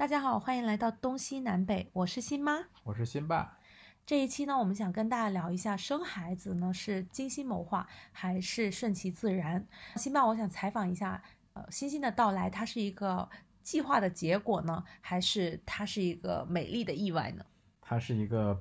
大家好，欢迎来到东西南北，我是新妈， 我是辛爸。 这一期呢，我们想跟大家聊一下，生孩子呢是精心谋划还是顺其自然？新爸，我想采访一下，星星的到来，它是一个计划的结果呢，还是它是一个美丽的意外呢？ 它是一个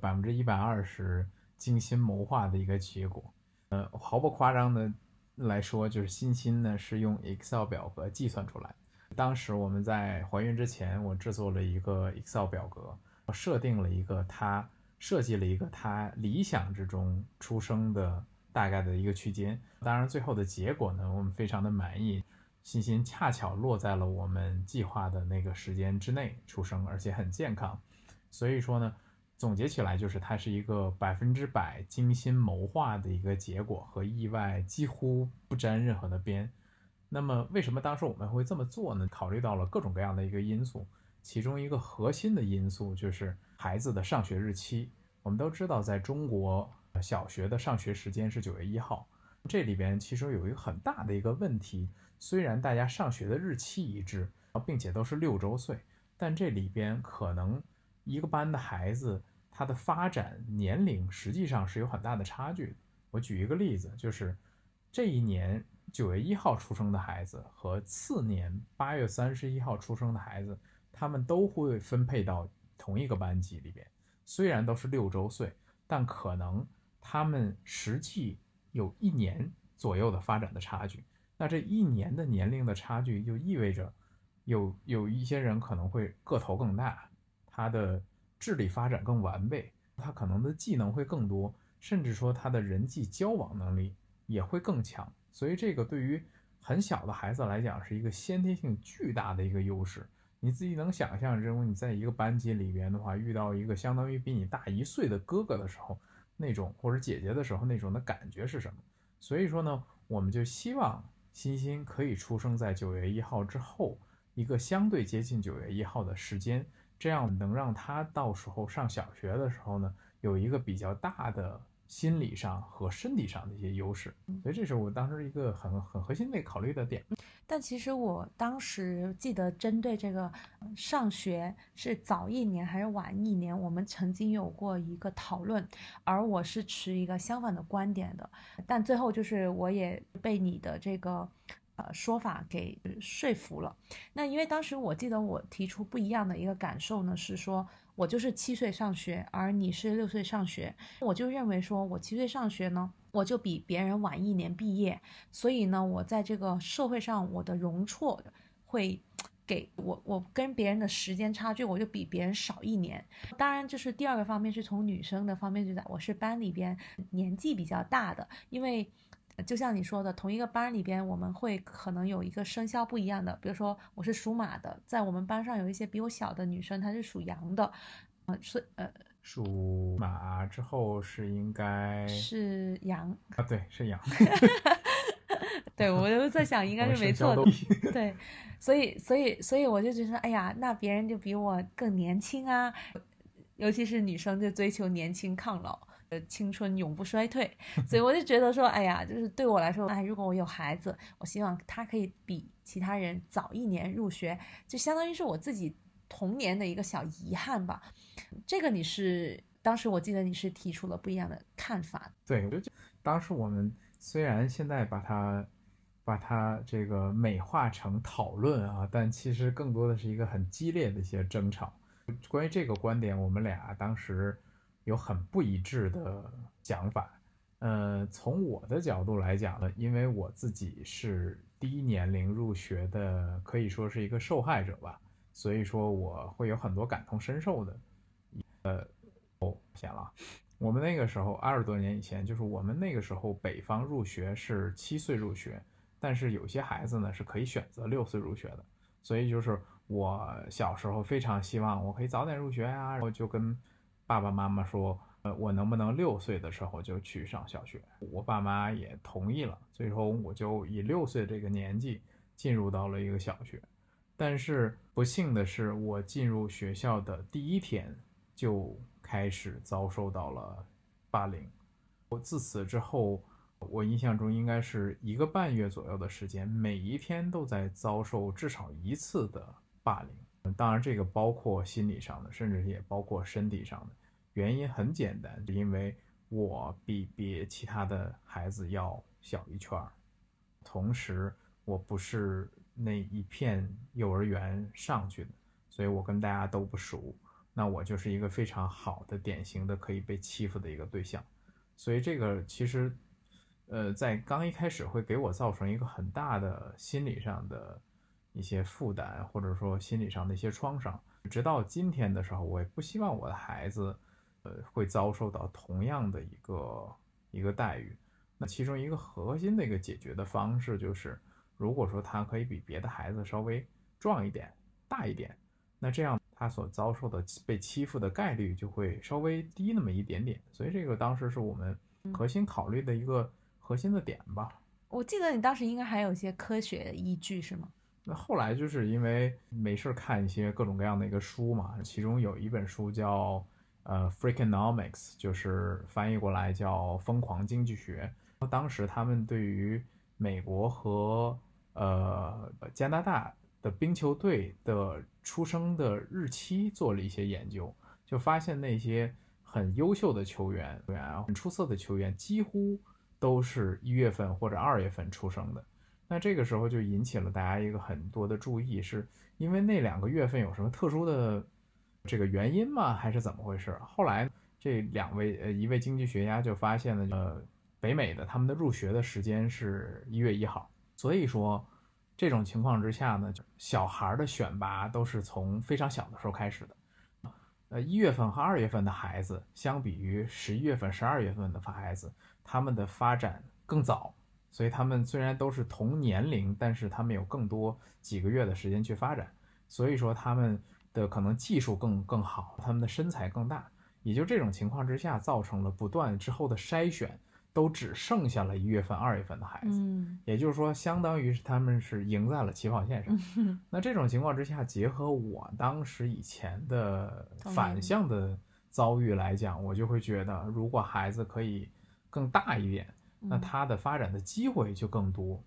120%精心谋划的一个结果。毫不夸张的来说，就是欣欣呢是用 Excel 表格计算出来。当时我们在怀孕之前，我制作了一个 Excel 表格，我设计了一个他理想之中出生的大概的一个区间。当然，最后的结果呢，我们非常的满意。欣欣恰巧落在了我们计划的那个时间之内出生，而且很健康。所以说呢，总结起来就是它是一个100%精心谋划的一个结果，和意外几乎不沾任何的边。那么为什么当时我们会这么做呢？考虑到了各种各样的一个因素，其中一个核心的因素就是孩子的上学日期。我们都知道，在中国小学的上学时间是9月1号，这里边其实有一个很大的一个问题，虽然大家上学的日期一致，并且都是6周岁，但这里边可能一个班的孩子他的发展年龄实际上是有很大的差距的。我举一个例子，就是这一年9月1号出生的孩子和次年8月31号出生的孩子，他们都会分配到同一个班级里边。虽然都是6周岁，但可能他们实际有1年左右的发展的差距。那这1年的年龄的差距，就意味着有一些人可能会个头更大，他的智力发展更完备，他可能的技能会更多，甚至说他的人际交往能力也会更强。所以这个对于很小的孩子来讲是一个先天性巨大的一个优势。你自己能想象，如果你在一个班级里边的话，遇到一个相当于比你大1岁的哥哥的时候，那种或者姐姐的时候那种的感觉是什么？所以说呢，我们就希望欣欣可以出生在9月1号之后一个相对接近9月1号的时间，这样能让他到时候上小学的时候呢，有一个比较大的心理上和身体上的一些优势。所以这是我当时一个很核心的考虑的点。 但其实我当时记得，针对这个上学是早1年还是晚1年，我们曾经有过一个讨论，而我是持一个相反的观点的。但最后就是我也被你的这个说法给说服了。那因为当时我记得我提出不一样的一个感受呢，是说我就是7岁上学，而你是6岁上学，我就认为说我7岁上学呢，我就比别人晚1年毕业，所以呢，我在这个社会上我的容错会给我跟别人的时间差距，我就比别人少1年。当然，就是第二个方面是从女生的方面，就是我是班里边年纪比较大的，因为就像你说的，同一个班里边，我们会可能有一个生肖不一样的，比如说我是属马的，在我们班上有一些比我小的女生，她是属羊的， 属马之后是应该是羊啊，对，是羊。 对，我就在想，应该是没错的。对，所以我就觉得，哎呀，那别人就比我更年轻啊，尤其是女生就追求年轻抗老，青春永不衰退。所以我就觉得说，哎呀，就是对我来说，哎，如果我有孩子，我希望他可以比其他人早1年入学，就相当于是我自己童年的一个小遗憾吧。这个你是当时我记得你是提出了不一样的看法。 对，我就当时我们虽然现在把它这个美化成讨论啊，但其实更多的是一个很激烈的一些争吵。关于这个观点，我们俩当时有很不一致的想法。从我的角度来讲呢，因为我自己是低年龄入学的，可以说是一个受害者吧，所以说我会有很多感同身受的。我们那个时候20多年以前，就是我们那个时候北方入学是7岁入学，但是有些孩子呢是可以选择6岁入学的。所以就是我小时候非常希望我可以早点入学啊，然后就跟爸爸妈妈说，我能不能6岁的时候就去上小学？我爸妈也同意了，最后我就以6岁这个年纪进入到了一个小学。但是不幸的是，我进入学校的第1天就开始遭受到了霸凌。我自此之后，我印象中应该是1个半月左右的时间，每一天都在遭受至少1次的霸凌。 当然这个包括心理上的，甚至也包括身体上的。原因很简单，因为我比其他的孩子要小一圈，同时我不是那一片幼儿园上去的，所以我跟大家都不熟，那我就是一个非常好的典型的可以被欺负的一个对象。所以这个其实在刚一开始会给我造成一个很大的心理上的一些负担，或者说心理上的一些创伤。直到今天的时候，我也不希望我的孩子会遭受到同样的一个待遇。那其中一个核心的一个解决的方式就是，如果说他可以比别的孩子稍微壮一点、大一点，那这样他所遭受的被欺负的概率就会稍微低那么一点点。所以这个当时是我们核心考虑的一个核心的点吧。 我记得你当时应该还有一些科学依据是吗？ 那后来就是因为没事看一些各种各样的一个书嘛，其中有一本书叫Freakonomics， 就是翻译过来叫疯狂经济学。当时他们对于美国和加拿大的冰球队的出生的日期做了一些研究，就发现那些很优秀的球员，很出色的球员，几乎都是1月份或者2月份出生的。那这个时候就引起了大家一个很多的注意，是因为那2个月份有什么特殊的这个原因吗？还是怎么回事？后来这一位经济学家就发现了，北美的他们的入学的时间是1月1号，所以说这种情况之下呢，小孩的选拔都是从非常小的时候开始的。1月份和2月份的孩子，相比于11月份、12月份的孩子，他们的发展更早。所以他们虽然都是同年龄，但是他们有更多几个月的时间去发展，所以说他们的可能技术更好，他们的身材更大。也就这种情况之下，造成了不断之后的筛选都只剩下了1月份、2月份的孩子，也就是说，相当于是他们是赢在了起跑线上。那这种情况之下，结合我当时以前的反向的遭遇来讲，我就会觉得，如果孩子可以更大一点，那他的发展的机会就更多。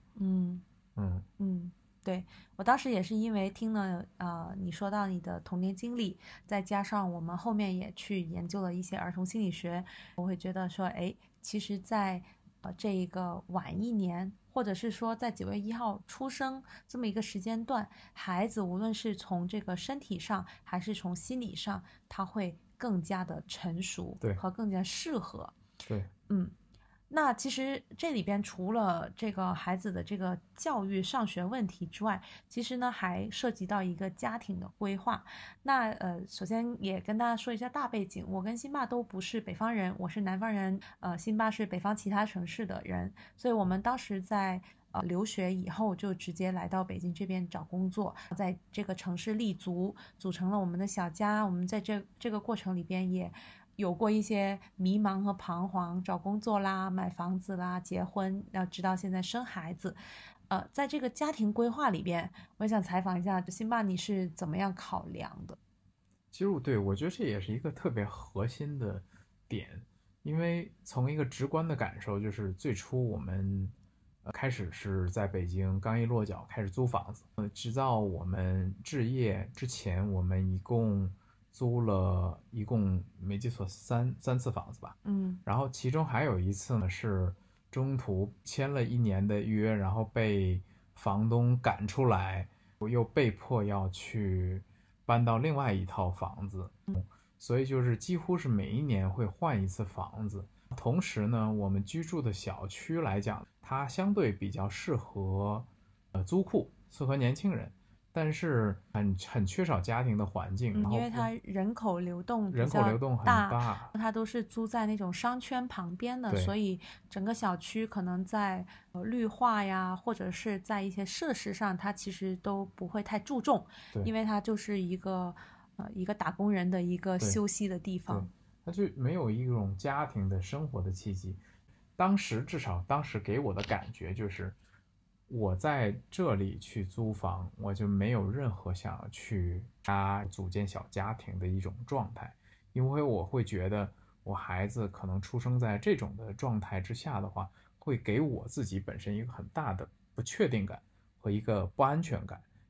对，我当时也是因为听了你说到你的童年经历，再加上我们后面也去研究了一些儿童心理学，我会觉得说，哎，其实在这一个晚一年，或者是说在9月1号出生这么一个时间段，孩子无论是从这个身体上还是从心理上，他会更加的成熟和更加适合。 对， 那其实这里边除了这个孩子的这个教育上学问题之外，其实呢还涉及到一个家庭的规划。那首先也跟大家说一下大背景，我跟辛巴都不是北方人，我是南方人，辛巴是北方其他城市的人，所以我们当时在留学以后就直接来到北京这边找工作，在这个城市立足，组成了我们的小家。我们在这个过程里边也有过一些迷茫和彷徨，找工作啦，买房子啦，结婚，然后直到现在生孩子。在这个家庭规划里边，我想采访一下辛巴，你是怎么样考量的？ 其实我觉得这也是一个特别核心的点，因为从一个直观的感受，就是最初我们开始是在北京刚一落脚开始租房子，直到我们置业之前，我们一共租了没记错三次房子吧。然后其中还有一次呢是中途签了1年的约，然后被房东赶出来，我又被迫要去搬到另外一套房子。所以就是几乎是每一年会换一次房子。同时呢，我们居住的小区来讲，它相对比较适合租户，适合年轻人，但是很缺少家庭的环境。 因为它人口流动很大， 它都是租在那种商圈旁边的，所以整个小区可能在绿化呀，或者是在一些设施上，它其实都不会太注重，因为它就是一个打工人的一个休息的地方。 它就没有一种家庭的生活的气息。至少当时给我的感觉就是，我在这里去租房，我就没有任何想要去组建小家庭的一种状态，因为我会觉得我孩子可能出生在这种的状态之下的话，会给我自己本身一个很大的不确定感和一个不安全感，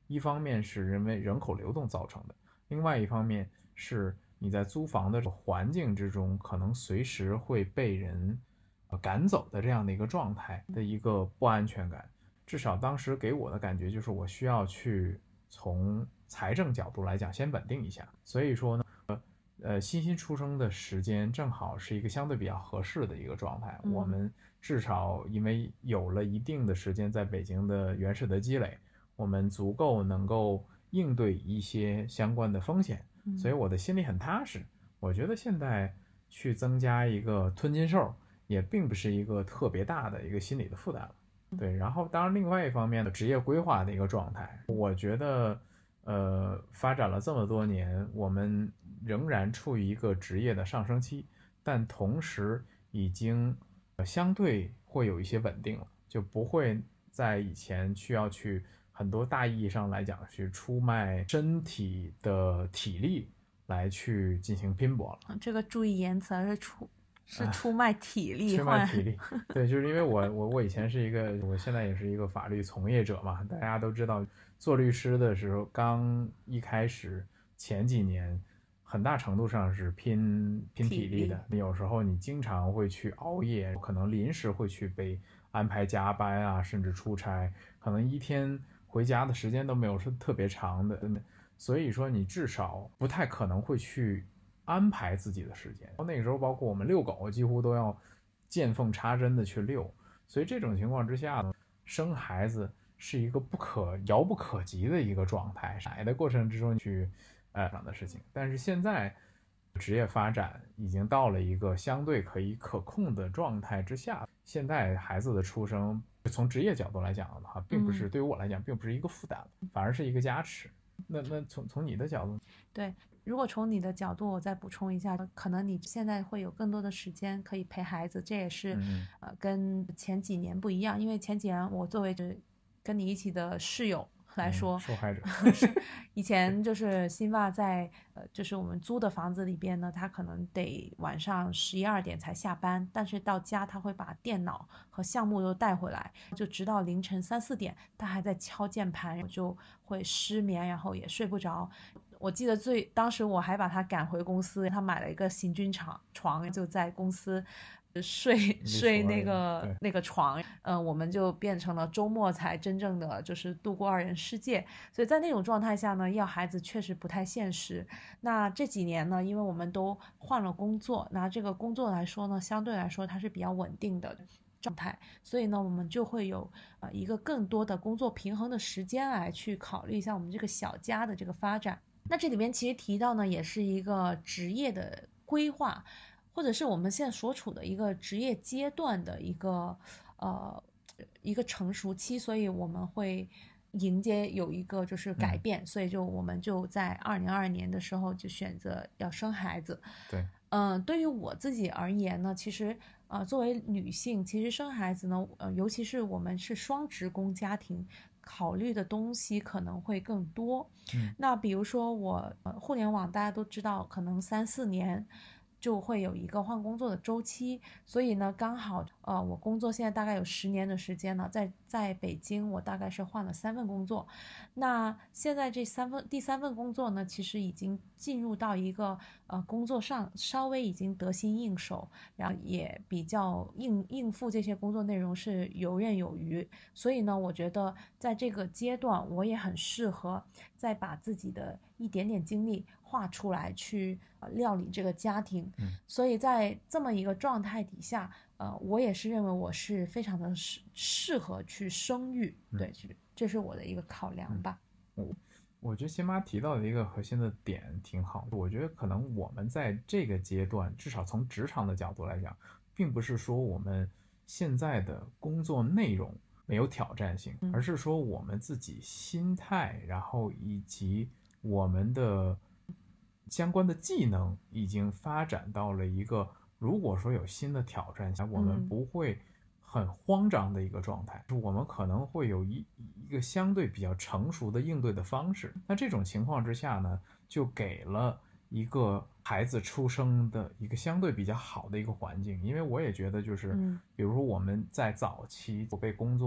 一方面是因为人口流动造成的，另外一方面是你在租房的环境之中，可能随时会被人赶走的这样的一个状态的一个不安全感。至少当时给我的感觉就是我需要去从财政角度来讲先稳定一下，所以说呢新兴出生的时间正好是一个相对比较合适的一个状态。我们至少因为有了一定的时间在北京的原始的积累，我们足够能够应对一些相关的风险，所以我的心里很踏实。我觉得现在去增加一个吞金兽也并不是一个特别大的一个心理的负担了。对，然后当然另外一方面的职业规划的一个状态，我觉得发展了这么多年，我们仍然处于一个职业的上升期，但同时已经相对会有一些稳定了，就不会在以前需要去很多大意义上来讲去出卖身体的体力来去进行拼搏了。 这个注意言辞，是出卖体力， 出卖体力。对，就是因为我以前是一个，我现在也是一个法律从业者嘛。大家都知道，做律师的时候，刚一开始前几年，很大程度上是拼体力的。有时候你经常会去熬夜，可能临时会去被安排加班啊，甚至出差，可能一天回家的时间都没有是特别长的。所以说，你至少不太可能会去安排自己的时间。那个时候包括我们遛狗几乎都要见缝插针的去遛，所以这种情况之下呢，生孩子是一个遥不可及的一个状态，奶的过程之中去的事情。但是现在职业发展已经到了一个相对可控的状态之下，现在孩子的出生从职业角度来讲的话，并不是对于我来讲并不是一个负担，反而是一个加持。那从你的角度， 对，如果从你的角度我再补充一下，可能你现在会有更多的时间可以陪孩子，这也是跟前几年不一样。因为前几年我作为跟你一起的室友来说， 受害者以前就是辛巴在就是我们租的房子里边呢，他可能得晚上11、12点才下班，但是到家他会把电脑和项目都带回来，就直到凌晨3、4点他还在敲键盘，我就会失眠，然后也睡不着。我记得当时我还把他赶回公司，他买了一个行军床，就在公司睡那个床，我们就变成了周末才真正的就是度过2人世界。所以在那种状态下呢，要孩子确实不太现实。那这几年呢，因为我们都换了工作，那这个工作来说呢，相对来说它是比较稳定的状态，所以呢，我们就会有一个更多的工作平衡的时间来去考虑一下我们这个小家的这个发展。那这里边其实提到呢，也是一个职业的规划，或者是我们现在所处的一个职业阶段的一个成熟期，所以我们会迎接有一个就是改变，所以我们就在2022年的时候就选择要生孩子。 对， 对于我自己而言呢，其实作为女性，其实生孩子呢，尤其是我们是双职工家庭，考虑的东西可能会更多。那比如说我互联网大家都知道，可能3、4年就会有一个换工作的周期，所以呢，刚好我工作现在大概有10年的时间了，在北京我大概是换了3份工作。那现在第3份工作呢，其实已经进入到一个工作上稍微已经得心应手，然后也比较应付这些工作内容是游刃有余。所以呢，我觉得在这个阶段我也很适合再把自己的一点点精力画出来去料理这个家庭。所以在这么一个状态底下，我也是认为我是非常的适合去生育。对，这是我的一个考量吧。 我觉得辛巴提到的一个核心的点挺好，我觉得可能我们在这个阶段，至少从职场的角度来讲，并不是说我们现在的工作内容没有挑战性，而是说我们自己心态，然后以及我们的相关的技能已经发展到了一个，如果说有新的挑战下，我们不会很慌张的一个状态，我们可能会有一个相对比较成熟的应对的方式。那这种情况之下呢，就给了一个孩子出生的一个相对比较好的一个环境。因为我也觉得就是比如说我们在早期被工作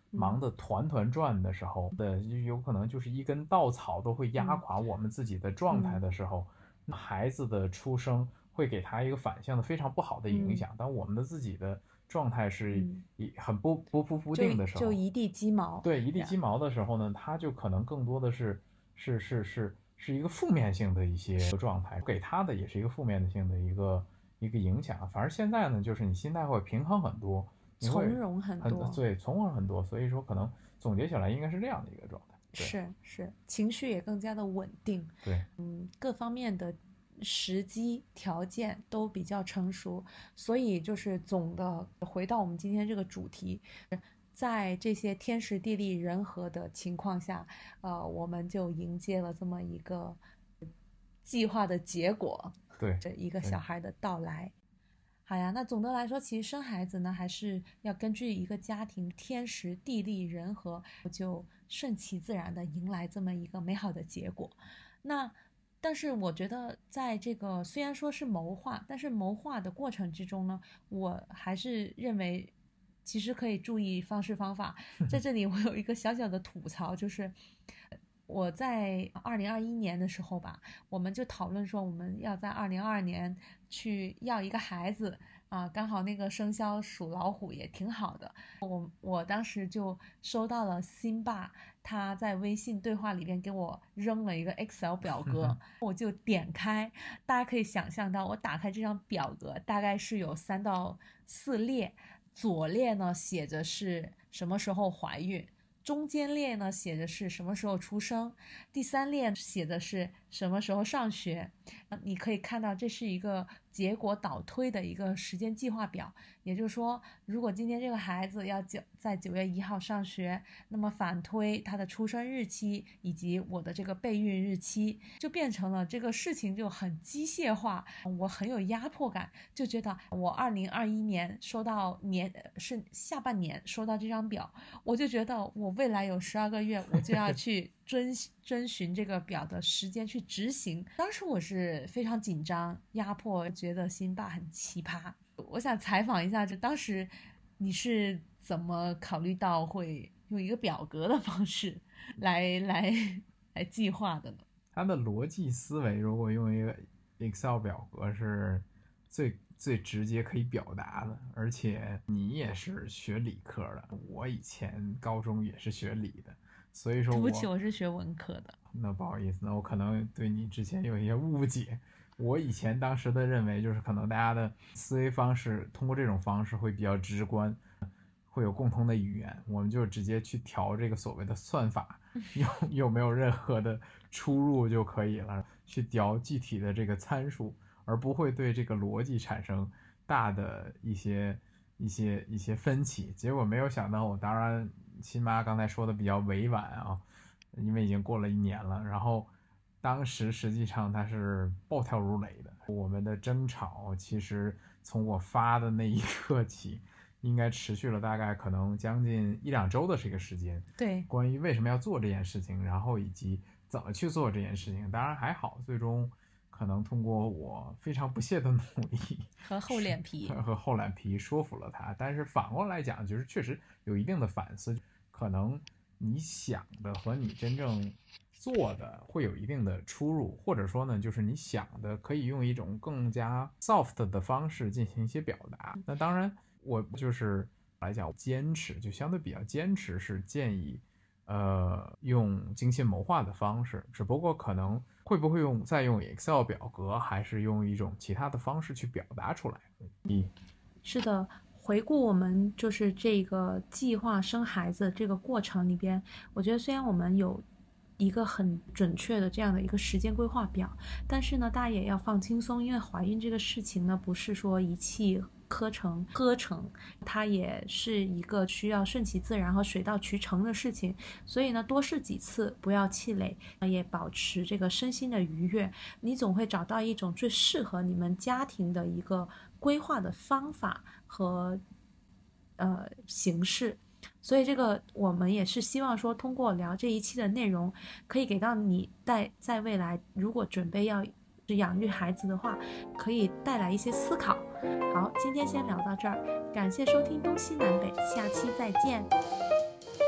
忙得团团转的时候的，有可能就是一根稻草都会压垮我们自己的状态的时候，孩子的出生会给他一个反向的非常不好的影响。当我们的自己的状态是很不定的时候， 就一地鸡毛。 对，一地鸡毛的时候呢，他就可能更多的是一个负面性的一些状态，给他的也是一个负面性的一个影响。反而现在呢，就是你心态会平衡很多， 从容很多， 对，从容很多。所以说，可能总结起来应该是这样的一个状态。 是，情绪也更加的稳定。 对， 各方面的时机条件都比较成熟，所以就是总的回到我们今天这个主题。在这些天时地利人和的情况下，我们就迎接了这么一个计划的结果， 对， 这一个小孩的到来。好呀，那总的来说，其实生孩子呢，还是要根据一个家庭天时地利人和，就顺其自然的迎来这么一个美好的结果。但是我觉得，在这个虽然说是谋划，但是谋划的过程之中呢，我还是认为其实可以注意方式方法。在这里我有一个小小的吐槽，就是我在2021年的时候吧，我们就讨论说我们要在2022年去要一个孩子啊，刚好那个生肖属老虎也挺好的。我当时就收到了辛爸他在微信对话里边给我扔了一个 Excel 表格，我就点开，大家可以想象到我打开这张表格大概是有3到4列，左列呢写着是什么时候怀孕，中间列呢写的是什么时候出生，第3列写的是什么时候上学。你可以看到这是一个结果导推的一个时间计划表，也就是说，如果今天这个孩子要在9月1号上学，那么反推他的出生日期以及我的这个备孕日期，就变成了这个事情就很机械化，我很有压迫感，就觉得我2021年收到是下半年收到这张表，我就觉得我未来有12个月我就要去遵循这个表的时间去执行。当时我是非常紧张压迫，觉得辛爸很奇葩。我想采访一下，就当时你是怎么考虑到会用一个表格的方式来计划的呢？ 他的逻辑思维如果用一个 Excel 表格是最直接可以表达的，而且你也是学理科的，我以前高中也是学理的，所以说对不起，我是学文科的。 那不好意思，那我可能对你之前有一些误解。我以前当时的认为就是可能大家的思维方式通过这种方式会比较直观，会有共同的语言，我们就直接去调这个所谓的算法，有没有任何的出入就可以了，去调具体的这个参数，而不会对这个逻辑产生大的一些分歧。结果没有想到，我当然亲妈刚才说的比较委婉啊，因为已经过了1年了，然后当时实际上它是暴跳如雷的。我们的争吵其实从我发的那一刻起，应该持续了大概可能将近1、2周的这个时间。 对， 关于为什么要做这件事情，然后以及怎么去做这件事情，当然还好，最终可能通过我非常不懈的努力和厚脸皮说服了他。但是反过来讲，就是确实有一定的反思，可能你想的和你真正做的会有一定的出入，或者说呢，就是你想的可以用一种更加 soft 的方式进行一些表达。那当然我就是来讲坚持，就相对比较坚持是建议用精心谋划的方式，只不过可能会不会再用 Excel 表格，还是用一种其他的方式去表达出来。 是的，回顾我们就是这个计划生孩子这个过程里边，我觉得虽然我们有一个很准确的这样的一个时间规划表，但是呢，大家也要放轻松，因为怀孕这个事情呢，不是说一气呵成，它也是一个需要顺其自然和水到渠成的事情。所以呢，多试几次，不要气馁，也保持这个身心的愉悦，你总会找到一种最适合你们家庭的一个规划的方法和形式。所以这个我们也是希望说，通过聊这一期的内容，可以给到你在未来如果准备要养育孩子的话，可以带来一些思考。好，今天先聊到这儿，感谢收听东西南北，下期再见。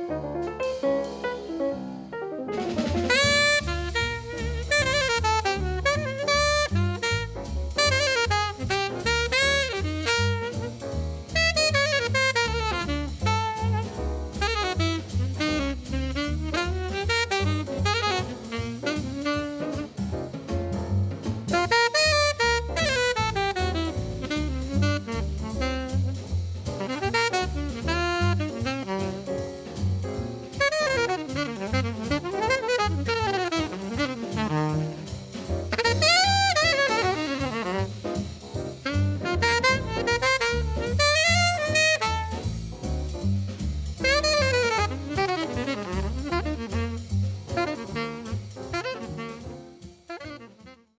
拜。